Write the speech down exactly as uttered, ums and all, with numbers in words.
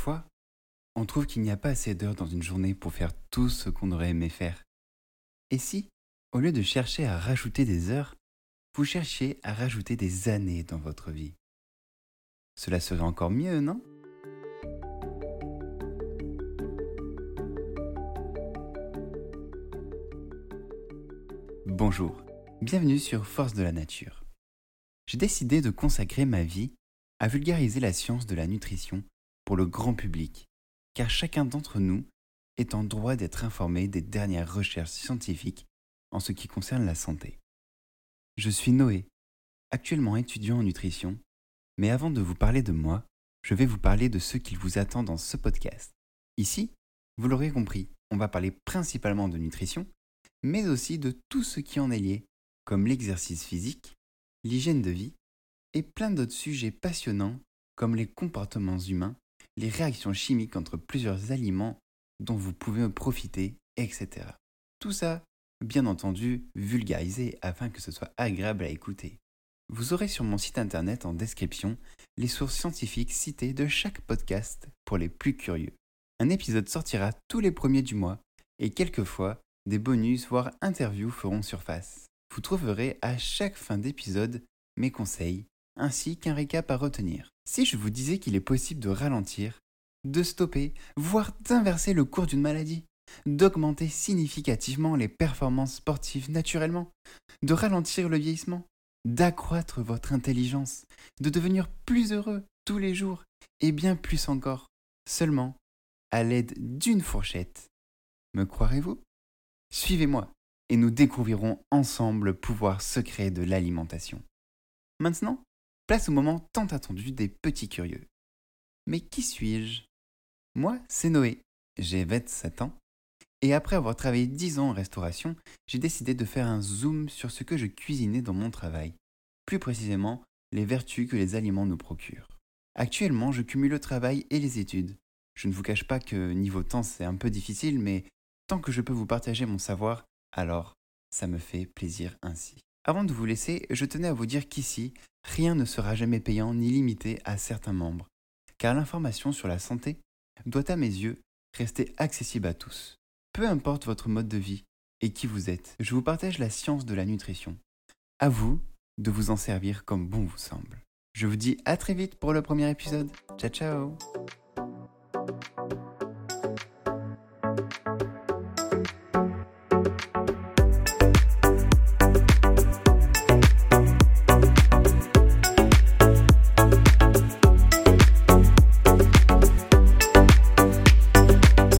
Parfois, on trouve qu'il n'y a pas assez d'heures dans une journée pour faire tout ce qu'on aurait aimé faire. Et si, au lieu de chercher à rajouter des heures, vous cherchiez à rajouter des années dans votre vie? Cela serait encore mieux, non? Bonjour, bienvenue sur Force de la Nature. J'ai décidé de consacrer ma vie à vulgariser la science de la nutrition pour le grand public, car chacun d'entre nous est en droit d'être informé des dernières recherches scientifiques en ce qui concerne la santé. Je suis Noé, actuellement étudiant en nutrition, mais avant de vous parler de moi, je vais vous parler de ce qu'il vous attend dans ce podcast. Ici, vous l'aurez compris, on va parler principalement de nutrition, mais aussi de tout ce qui en est lié, comme l'exercice physique, l'hygiène de vie et plein d'autres sujets passionnants comme les comportements humains, les réactions chimiques entre plusieurs aliments dont vous pouvez profiter, et cetera. Tout ça, bien entendu, vulgarisé afin que ce soit agréable à écouter. Vous aurez sur mon site internet en description les sources scientifiques citées de chaque podcast pour les plus curieux. Un épisode sortira tous les premiers du mois et quelquefois, des bonus voire interviews feront surface. Vous trouverez à chaque fin d'épisode mes conseils ainsi qu'un récap à retenir. Si je vous disais qu'il est possible de ralentir, de stopper, voire d'inverser le cours d'une maladie, d'augmenter significativement les performances sportives naturellement, de ralentir le vieillissement, d'accroître votre intelligence, de devenir plus heureux tous les jours et bien plus encore, seulement à l'aide d'une fourchette. Me croirez-vous ? Suivez-moi et nous découvrirons ensemble le pouvoir secret de l'alimentation. Maintenant, place au moment tant attendu des petits curieux. Mais qui suis-je ? Moi, c'est Noé, j'ai vingt-sept ans, et après avoir travaillé dix ans en restauration, j'ai décidé de faire un zoom sur ce que je cuisinais dans mon travail, plus précisément les vertus que les aliments nous procurent. Actuellement, je cumule le travail et les études. Je ne vous cache pas que niveau temps, c'est un peu difficile, mais tant que je peux vous partager mon savoir, alors ça me fait plaisir ainsi. Avant de vous laisser, je tenais à vous dire qu'ici, rien ne sera jamais payant ni limité à certains membres, car l'information sur la santé doit à mes yeux rester accessible à tous. Peu importe votre mode de vie et qui vous êtes, je vous partage la science de la nutrition. À vous de vous en servir comme bon vous semble. Je vous dis à très vite pour le premier épisode. Ciao ciao!